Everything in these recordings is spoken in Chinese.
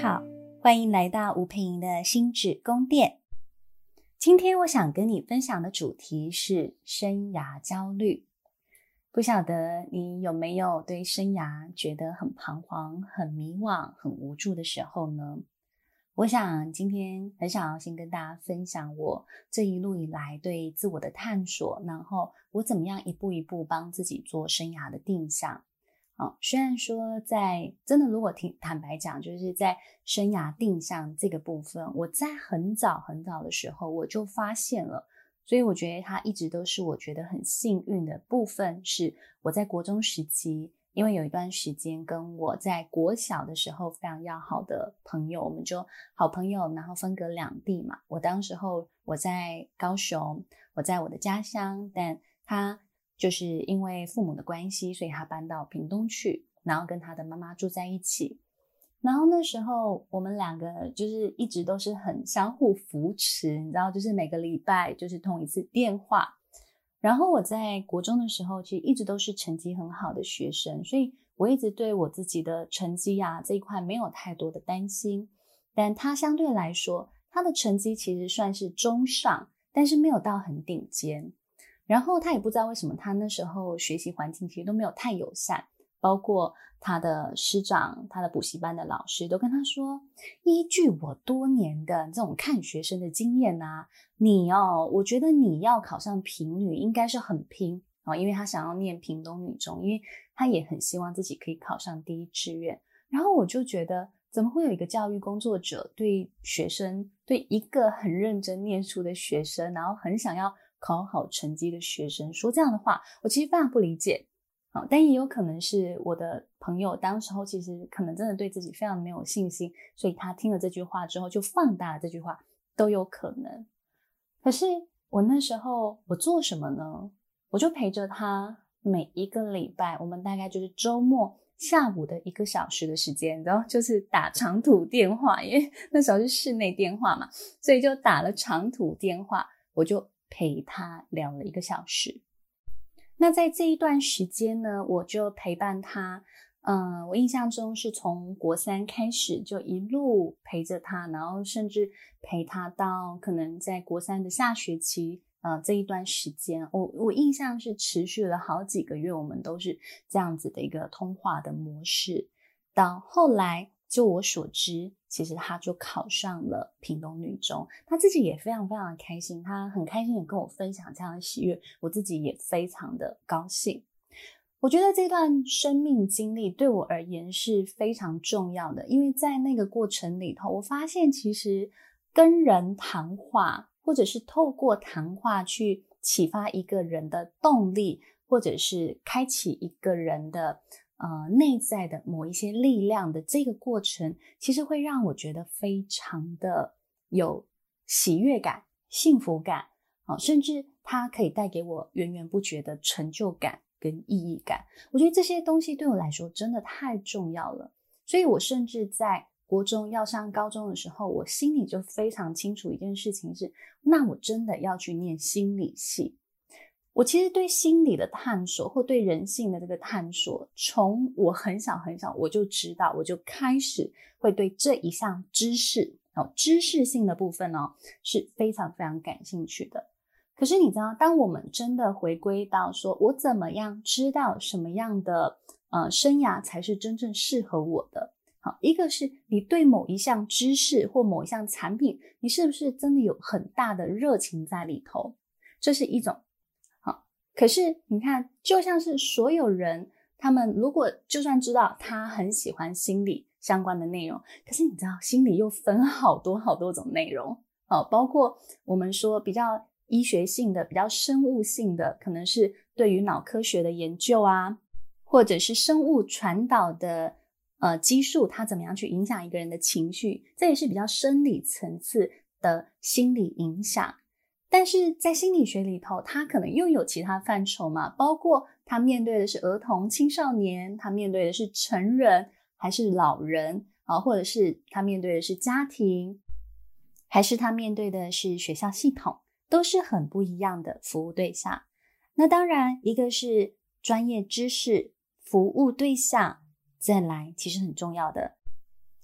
好，欢迎来到吴佩莹的心智宫殿。今天我想跟你分享的主题是生涯焦虑。不晓得你有没有对生涯觉得很彷徨、很迷惘、很无助的时候呢？我想今天很想要先跟大家分享我这一路以来对自我的探索，然后我怎么样一步一步帮自己做生涯的定向。虽然说真的如果坦白讲，就是在生涯定向这个部分，我在很早很早的时候我就发现了，所以我觉得它一直都是我觉得很幸运的部分。是我在国中时期，因为有一段时间跟我在国小的时候非常要好的朋友，我们就好朋友，然后分隔两地嘛。当时候我在高雄，我在我的家乡，但他就是因为父母的关系，所以他搬到屏东去，然后跟他的妈妈住在一起。然后那时候我们两个就是一直都是很相互扶持，你知道，就是每个礼拜就是通一次电话。然后我在国中的时候其实一直都是成绩很好的学生，所以我一直对我自己的成绩这一块没有太多的担心。但他相对来说，他的成绩其实算是中上，但是没有到很顶尖。然后他也不知道为什么他那时候学习环境其实都没有太友善，包括他的师长、他的补习班的老师都跟他说，依据我多年的这种看学生的经验我觉得你要考上屏女应该是很拼因为他想要念屏东女中，因为他也很希望自己可以考上第一志愿。然后我就觉得怎么会有一个教育工作者对学生，对一个很认真念书的学生，然后很想要考好成绩的学生说这样的话，我其实非常不理解。但也有可能是我的朋友当时候其实可能真的对自己非常没有信心，所以他听了这句话之后就放大了这句话，都有可能。可是我那时候我做什么呢？我就陪着他，每一个礼拜我们大概就是周末下午的1个小时的时间，然后就是打长途电话，因为那时候是室内电话嘛，所以就打了长途电话，我就陪他聊了1个小时。那在这一段时间呢，我就陪伴他，我印象中是从国3开始就一路陪着他，然后甚至陪他到可能在国3的下学期，这一段时间，我印象是持续了好几个月，我们都是这样子的一个通话的模式。到后来，就我所知，其实他就考上了屏东女中，他自己也非常非常的开心，他很开心的跟我分享这样的喜悦，我自己也非常的高兴。我觉得这段生命经历对我而言是非常重要的，因为在那个过程里头，我发现其实跟人谈话，或者是透过谈话去启发一个人的动力，或者是开启一个人的内在的某一些力量的这个过程，其实会让我觉得非常的有喜悦感、幸福感，甚至它可以带给我源源不绝的成就感跟意义感。我觉得这些东西对我来说真的太重要了，所以我甚至在国中要上高中的时候，我心里就非常清楚一件事情是，那我真的要去念心理系。我其实对心理的探索或对人性的这个探索，从我很小很小我就知道，我就开始会对这一项知识知识性的部分是非常非常感兴趣的。可是你知道，当我们真的回归到说我怎么样知道什么样的生涯才是真正适合我的，一个是你对某一项知识或某一项产品，你是不是真的有很大的热情在里头，这是一种。可是你看，就像是所有人，他们如果就算知道他很喜欢心理相关的内容，可是你知道心理又分好多好多种内容，包括我们说比较医学性的、比较生物性的，可能是对于脑科学的研究或者是生物传导的激素，它怎么样去影响一个人的情绪，这也是比较生理层次的心理影响。但是在心理学里头，它可能又有其他范畴嘛，包括它面对的是儿童、青少年，它面对的是成人还是老人或者是它面对的是家庭，还是它面对的是学校系统，都是很不一样的服务对象。那当然，一个是专业知识服务对象，再来其实很重要的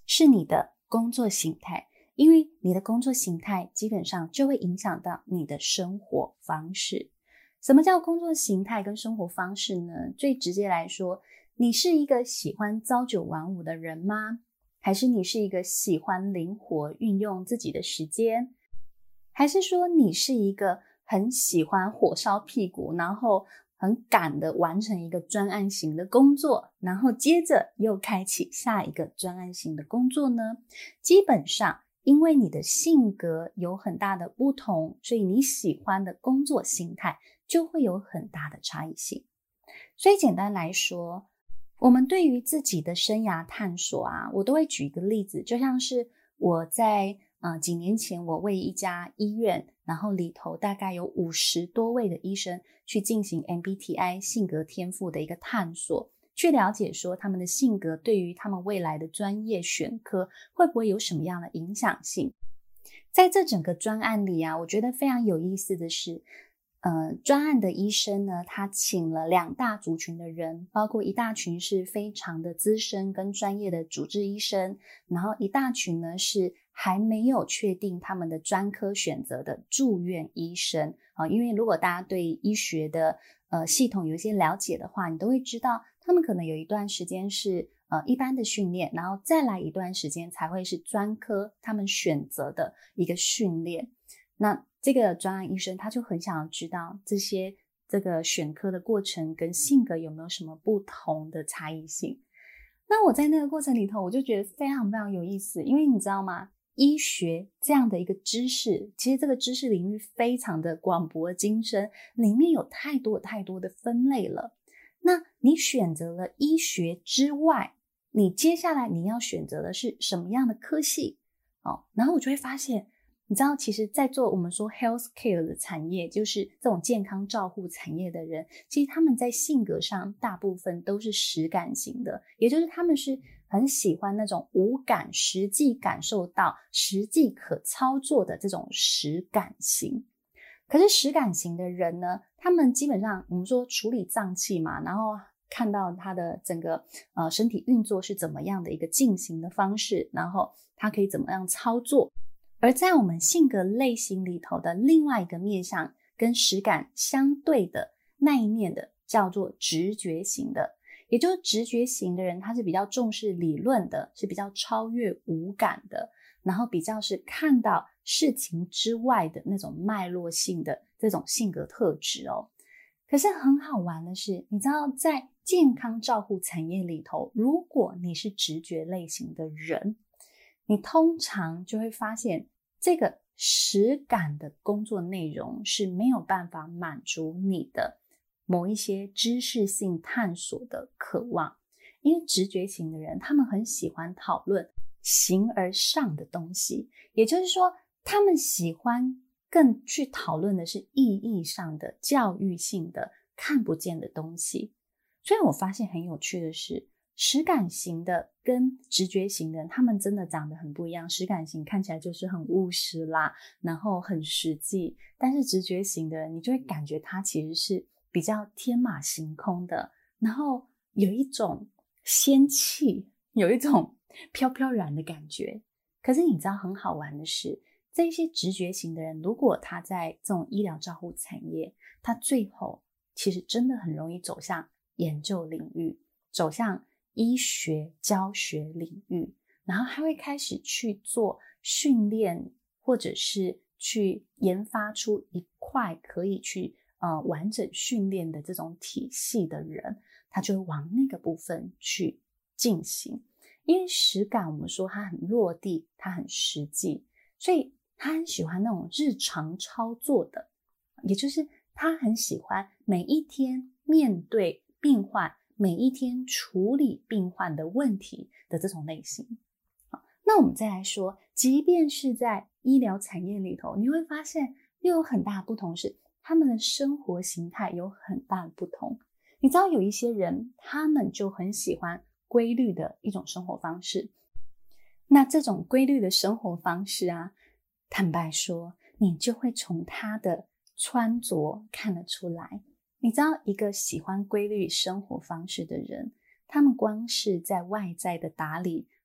是你的工作形态，因为你的工作形态基本上就会影响到你的生活方式。什么叫工作形态跟生活方式呢？最直接来说，你是一个喜欢朝九晚五的人吗？还是你是一个喜欢灵活运用自己的时间？还是说你是一个很喜欢火烧屁股，然后很赶的完成一个专案型的工作，然后接着又开启下一个专案型的工作呢？基本上因为你的性格有很大的不同，所以你喜欢的工作形态就会有很大的差异性。所以简单来说，我们对于自己的生涯探索啊，我都会举一个例子，就像是我在几年前我为一家医院，然后里头大概有50多位的医生去进行 MBTI 性格天赋的一个探索，去了解说他们的性格对于他们未来的专业选科会不会有什么样的影响性。在这整个专案里啊，我觉得非常有意思的是专案的医生呢，他请了2大族群的人，包括一大群是非常的资深跟专业的主治医生，然后一大群呢是还没有确定他们的专科选择的住院医生。因为如果大家对医学的系统有一些了解的话，你都会知道他们可能有一段时间是一般的训练，然后再来一段时间才会是专科他们选择的一个训练。那这个专案医生他就很想要知道这个选科的过程跟性格有没有什么不同的差异性。那我在那个过程里头，我就觉得非常非常有意思，因为你知道吗？医学这样的一个知识，其实这个知识领域非常的广博精深，里面有太多太多的分类了。那你选择了医学之外，你接下来你要选择的是什么样的科系？然后我就会发现，你知道其实在做我们说 healthcare 的产业，就是这种健康照护产业的人，其实他们在性格上大部分都是实感型的，也就是他们是很喜欢那种无感实际感受到实际可操作的这种实感型。可是实感型的人呢，他们基本上我们说处理脏器嘛，然后看到他的整个身体运作是怎么样的一个进行的方式，然后他可以怎么样操作。而在我们性格类型里头的另外一个面向跟实感相对的那一面的叫做直觉型的，也就是直觉型的人他是比较重视理论的，是比较超越五感的，然后比较是看到事情之外的那种脉络性的这种性格特质哦。可是很好玩的是，你知道在健康照护产业里头，如果你是直觉类型的人，你通常就会发现这个实感的工作内容是没有办法满足你的某一些知识性探索的渴望。因为直觉型的人他们很喜欢讨论形而上的东西，也就是说他们喜欢更去讨论的是意义上的教育性的看不见的东西。所以我发现很有趣的是，实感型的跟直觉型的人他们真的长得很不一样。实感型看起来就是很务实啦，然后很实际，但是直觉型的人你就会感觉他其实是比较天马行空的，然后有一种仙气，有一种飘飘然的感觉。可是你知道很好玩的是，这些直觉型的人如果他在这种医疗照护产业，他最后其实真的很容易走向研究领域，走向医学教学领域，然后他会开始去做训练，或者是去研发出一块可以去完整训练的这种体系的人，他就会往那个部分去进行。因为实感我们说它很落地，它很实际，所以他很喜欢那种日常操作的，也就是他很喜欢每一天面对病患，每一天处理病患的问题的这种类型。那我们再来说，即便是在医疗产业里头，你会发现又有很大的不同，是他们的生活形态有很大的不同。你知道有一些人他们就很喜欢规律的一种生活方式，那这种规律的生活方式啊，坦白说你就会从他的穿着看得出来。你知道一个喜欢规律生活方式的人，他们光是在外在的打理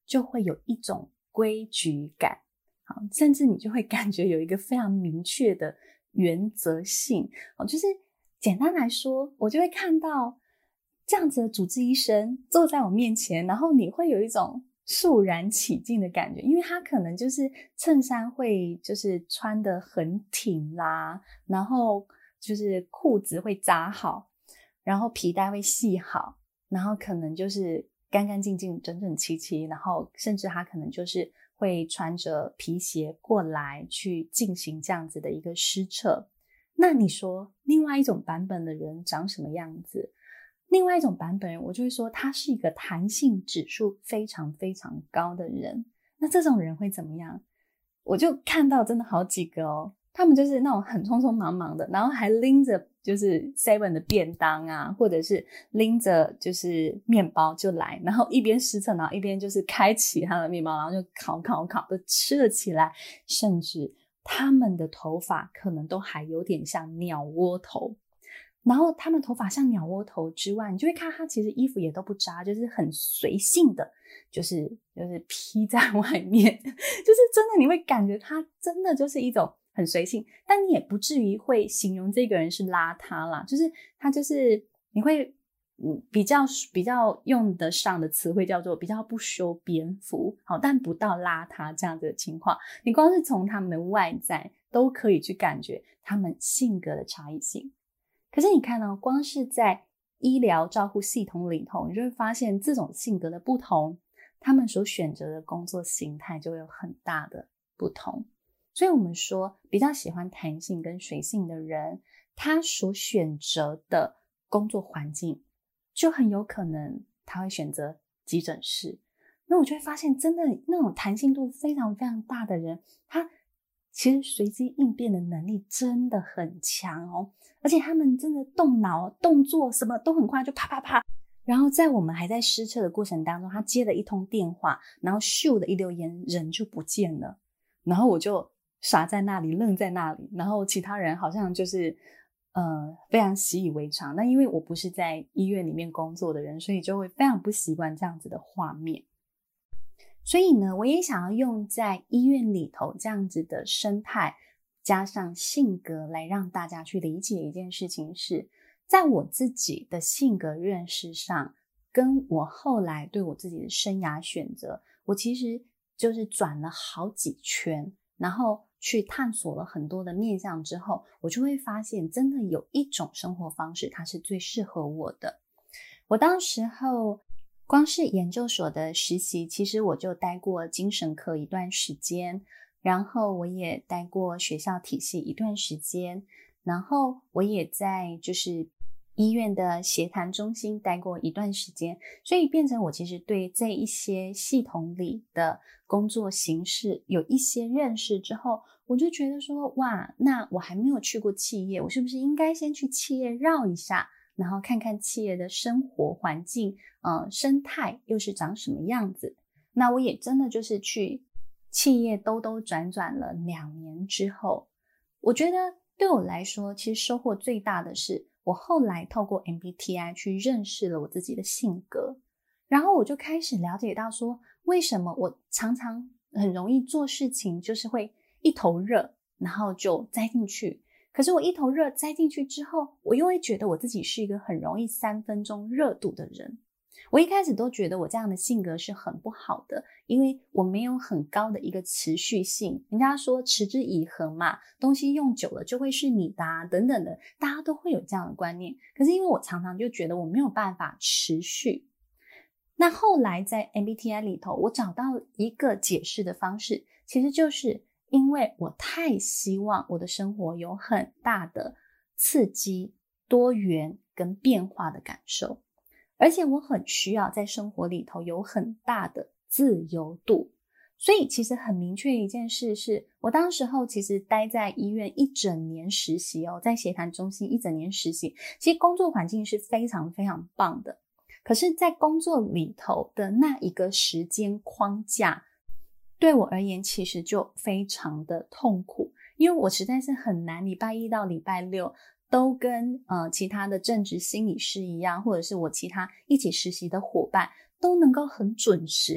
就会有一种规矩感，好，甚至你就会感觉有一个非常明确的原则性，就是简单来说，我就会看到这样子的主治医生坐在我面前，然后你会有一种肃然起敬的感觉，因为他可能就是衬衫会就是穿得很挺啦，然后就是裤子会扎好，然后皮带会系好，然后可能就是干干净净整整齐齐，然后甚至他可能就是会穿着皮鞋过来去进行这样子的一个施测。那你说另外一种版本的人长什么样子？另外一种版本人，我就会说他是一个弹性指数非常非常高的人。那这种人会怎么样？我就看到真的好几个他们就是那种很匆匆忙忙的，然后还拎着就是 Seven 的便当啊，或者是拎着就是面包就来，然后一边施测，然后一边就是开启他的面包，然后就烤就吃了起来，甚至他们的头发可能都还有点像鸟窝头。然后他们头发像鸟窝头之外，你就会看他其实衣服也都不扎，就是很随性的就是披在外面就是真的你会感觉他真的就是一种很随性，但你也不至于会形容这个人是邋遢啦，就是他就是你会比较用得上的词汇叫做比较不修边幅，好，但不到邋遢这样子的情况，你光是从他们的外在都可以去感觉他们性格的差异性。可是你看哦，光是在医疗照护系统里头，你就会发现这种性格的不同，他们所选择的工作形态就会有很大的不同。所以我们说比较喜欢弹性跟随性的人，他所选择的工作环境就很有可能他会选择急诊室。那我就会发现真的那种弹性度非常非常大的人，他其实随机应变的能力真的很强哦，而且他们真的动脑动作什么都很快，就啪啪啪。然后在我们还在施测的过程当中，他接了一通电话，然后咻的一溜烟人就不见了，然后我就傻在那里愣在那里，然后其他人好像就是非常习以为常。那因为我不是在医院里面工作的人，所以就会非常不习惯这样子的画面。所以呢，我也想要用在医院里头这样子的生态加上性格来让大家去理解一件事情是，在我自己的性格认识上，跟我后来对我自己的生涯选择，我其实就是转了好几圈，然后去探索了很多的面向之后，我就会发现真的有一种生活方式它是最适合我的。我当时候光是研究所的实习，其实我就待过精神科一段时间，然后我也待过学校体系一段时间，然后我也在就是医院的协谈中心待过一段时间，所以变成我其实对这一些系统里的工作形式有一些认识之后，我就觉得说，哇，那我还没有去过企业，我是不是应该先去企业绕一下，然后看看企业的生活环境生态又是长什么样子。那我也真的就是去企业兜转了2年之后，我觉得对我来说其实收获最大的是我后来透过 MBTI 去认识了我自己的性格，然后我就开始了解到说，为什么我常常很容易做事情就是会一头热，然后就栽进去，可是我一头热栽进去之后，我又会觉得我自己是一个很容易3分钟热度的人。我一开始都觉得我这样的性格是很不好的，因为我没有很高的一个持续性。人家说持之以恒嘛，东西用久了就会是你的等等的，大家都会有这样的观念。可是因为我常常就觉得我没有办法持续。那后来在 MBTI 里头，我找到一个解释的方式，其实就是因为我太希望我的生活有很大的刺激、多元跟变化的感受，而且我很需要在生活里头有很大的自由度。所以其实很明确一件事是，我当时候其实待在医院1整年实习在协谈中心1整年实习，其实工作环境是非常非常棒的。可是在工作里头的那一个时间框架，对我而言其实就非常的痛苦，因为我实在是很难礼拜一到礼拜六都跟其他的正职心理师一样，或者是我其他一起实习的伙伴都能够很准时的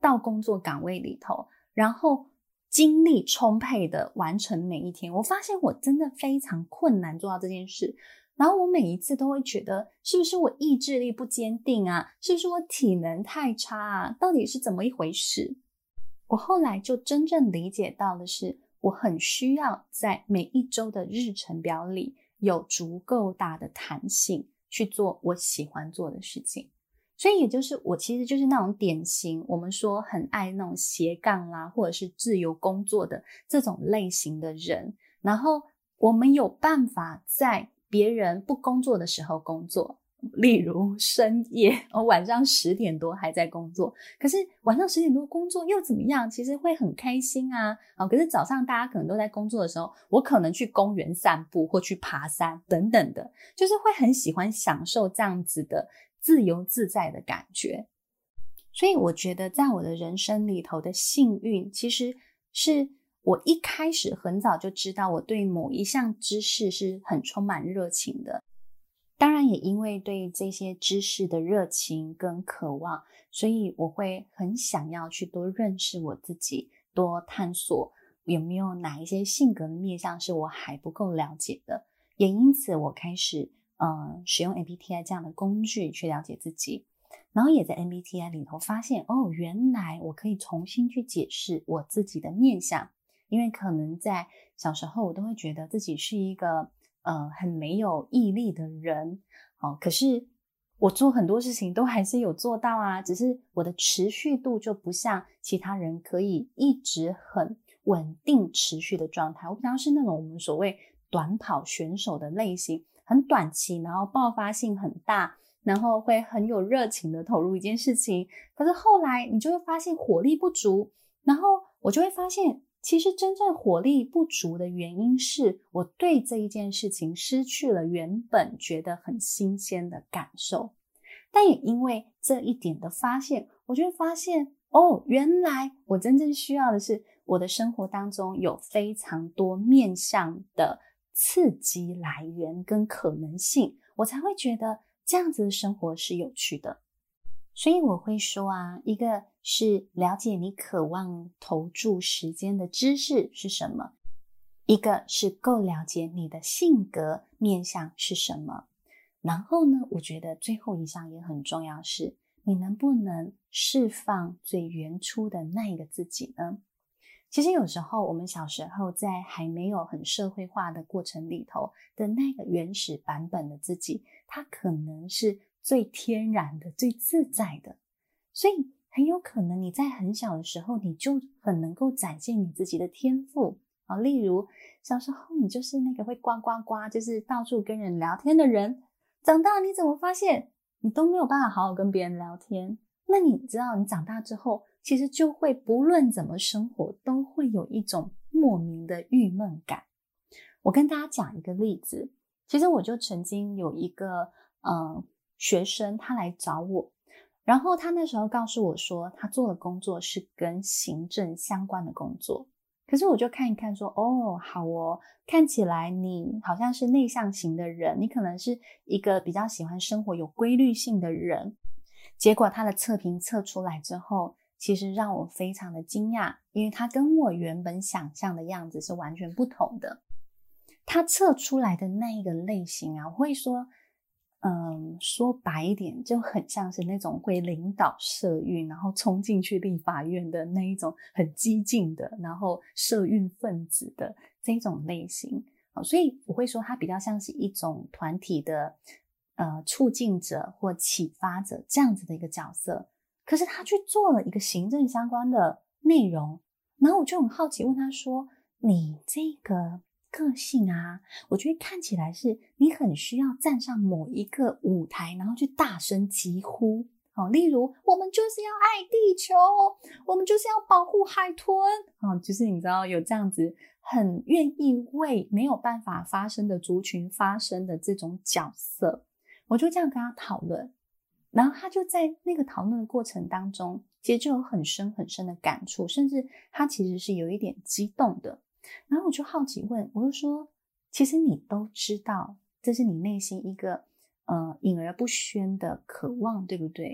到工作岗位里头，然后精力充沛的完成每一天。我发现我真的非常困难做到这件事，然后我每一次都会觉得是不是我意志力不坚定啊，是不是我体能太差啊，到底是怎么一回事。我后来就真正理解到的是，我很需要在每一周的日程表里有足够大的弹性去做我喜欢做的事情。所以也就是我其实就是那种典型我们说很爱那种斜杠啦，或者是自由工作的这种类型的人，然后我们有办法在别人不工作的时候工作，例如深夜晚上10点多还在工作，可是晚上10点多工作又怎么样，其实会很开心啊。可是早上大家可能都在工作的时候，我可能去公园散步或去爬山等等的，就是会很喜欢享受这样子的自由自在的感觉。所以我觉得在我的人生里头的幸运，其实是我一开始很早就知道我对某一项知识是很充满热情的。当然也因为对这些知识的热情跟渴望，所以我会很想要去多认识我自己，多探索有没有哪一些性格的面向是我还不够了解的。也因此我开始使用 MBTI 这样的工具去了解自己，然后也在 MBTI 里头发现原来我可以重新去解释我自己的面向。因为可能在小时候我都会觉得自己是一个很没有毅力的人，可是我做很多事情都还是有做到啊，只是我的持续度就不像其他人可以一直很稳定持续的状态。我比较是那种我们所谓短跑选手的类型，很短期，然后爆发性很大，然后会很有热情的投入一件事情，可是后来你就会发现火力不足，然后我就会发现其实真正火力不足的原因是我对这一件事情失去了原本觉得很新鲜的感受。但也因为这一点的发现，我就会发现原来我真正需要的是我的生活当中有非常多面向的刺激来源跟可能性，我才会觉得这样子的生活是有趣的。所以我会说一个是了解你渴望投注时间的知识是什么，一个是够了解你的性格面向是什么。然后呢，我觉得最后一项也很重要，是你能不能释放最原初的那一个自己呢？其实有时候我们小时候在还没有很社会化的过程里头的那个原始版本的自己，它可能是最天然的、最自在的，所以很有可能你在很小的时候你就很能够展现你自己的天赋。例如小时候你就是那个会呱呱呱，就是到处跟人聊天的人，长大你怎么发现你都没有办法好好跟别人聊天？那你知道你长大之后其实就会不论怎么生活都会有一种莫名的郁闷感。我跟大家讲一个例子，其实我就曾经有一个学生，他来找我，然后他那时候告诉我说他做的工作是跟行政相关的工作。可是我就看一看说好看起来你好像是内向型的人，你可能是一个比较喜欢生活有规律性的人。结果他的测评测出来之后，其实让我非常的惊讶，因为他跟我原本想象的样子是完全不同的。他测出来的那一个类型我会说说白一点，就很像是那种会领导社运，然后冲进去立法院的那一种很激进的，然后社运分子的这种类型。所以我会说他比较像是一种团体的促进者或启发者这样子的一个角色。可是他去做了一个行政相关的内容，然后我就很好奇问他说，你这个个性我觉得看起来是你很需要站上某一个舞台，然后去大声疾呼例如我们就是要爱地球，我们就是要保护海豚就是你知道有这样子很愿意为没有办法发声的族群发声的这种角色。我就这样跟他讨论，然后他就在那个讨论的过程当中，其实就有很深很深的感触，甚至他其实是有一点激动的。然后我就好奇问，我就说其实你都知道这是你内心一个隐而不宣的渴望，对不对？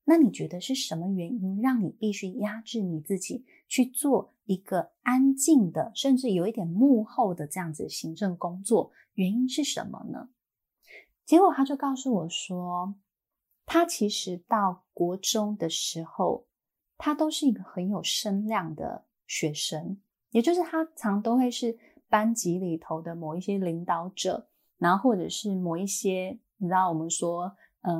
那你觉得是什么原因让你必须压制你自己去做一个安静的，甚至有一点幕后的这样子的行政工作？原因是什么呢？结果他就告诉我说，他其实到国中的时候，他都是一个很有声量的学生，也就是他常都会是班级里头的某一些领导者，然后或者是某一些你知道我们说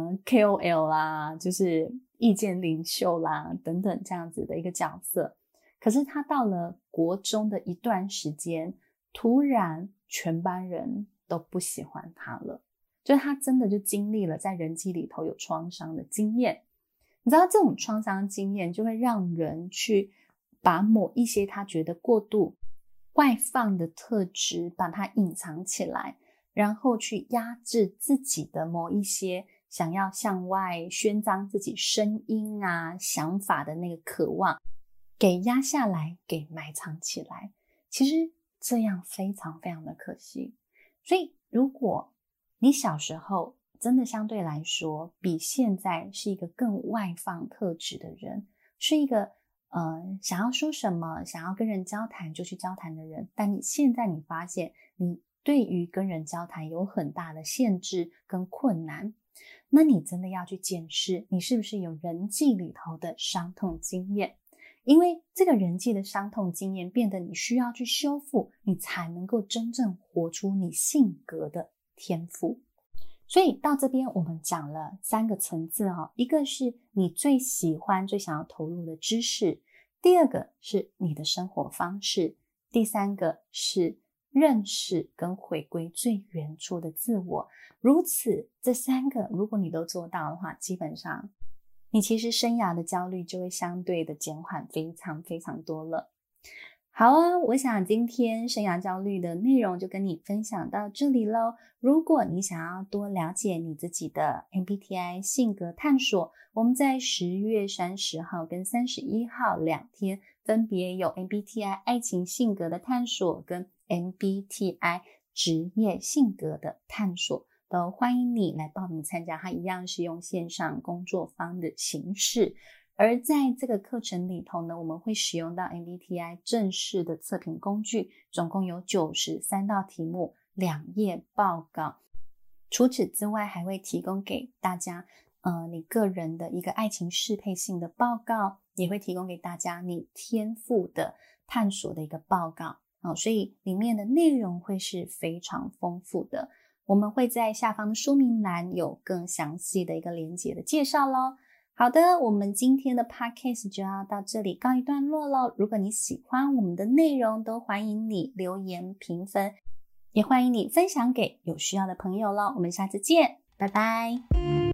KOL 啦，就是意见领袖啦等等这样子的一个角色。可是他到了国中的一段时间，突然全班人都不喜欢他了，就是他真的就经历了在人际里头有创伤的经验。你知道这种创伤经验就会让人去把某一些他觉得过度外放的特质把它隐藏起来，然后去压制自己的某一些想要向外宣张自己声音啊想法的那个渴望给压下来，给埋藏起来。其实这样非常非常的可惜。所以如果你小时候真的相对来说比现在是一个更外放特质的人，是一个想要说什么想要跟人交谈就去交谈的人，但你现在你发现你对于跟人交谈有很大的限制跟困难，那你真的要去检视你是不是有人际里头的伤痛经验。因为这个人际的伤痛经验变得你需要去修复，你才能够真正活出你性格的天赋。所以到这边我们讲了3个层次一个是你最喜欢最想要投入的知识，第2个是你的生活方式，第3个是认识跟回归最原初的自我。如此这3个如果你都做到的话，基本上你其实生涯的焦虑就会相对的减缓非常非常多了。好啊，我想今天生涯焦虑的内容就跟你分享到这里咯。如果你想要多了解你自己的 MBTI 性格探索，我们在10月30号跟31号2天分别有 MBTI 爱情性格的探索跟 MBTI 职业性格的探索，都欢迎你来报名参加，它一样是用线上工作坊的形式。而在这个课程里头呢，我们会使用到 MBTI 正式的测评工具，总共有93道题目，2页报告。除此之外还会提供给大家你个人的一个爱情适配性的报告，也会提供给大家你天赋的探索的一个报告所以里面的内容会是非常丰富的。我们会在下方的说明栏有更详细的一个连结的介绍咯。好的，我们今天的 podcast 就要到这里告一段落咯。如果你喜欢我们的内容，都欢迎你留言评分，也欢迎你分享给有需要的朋友咯。我们下次见，拜拜。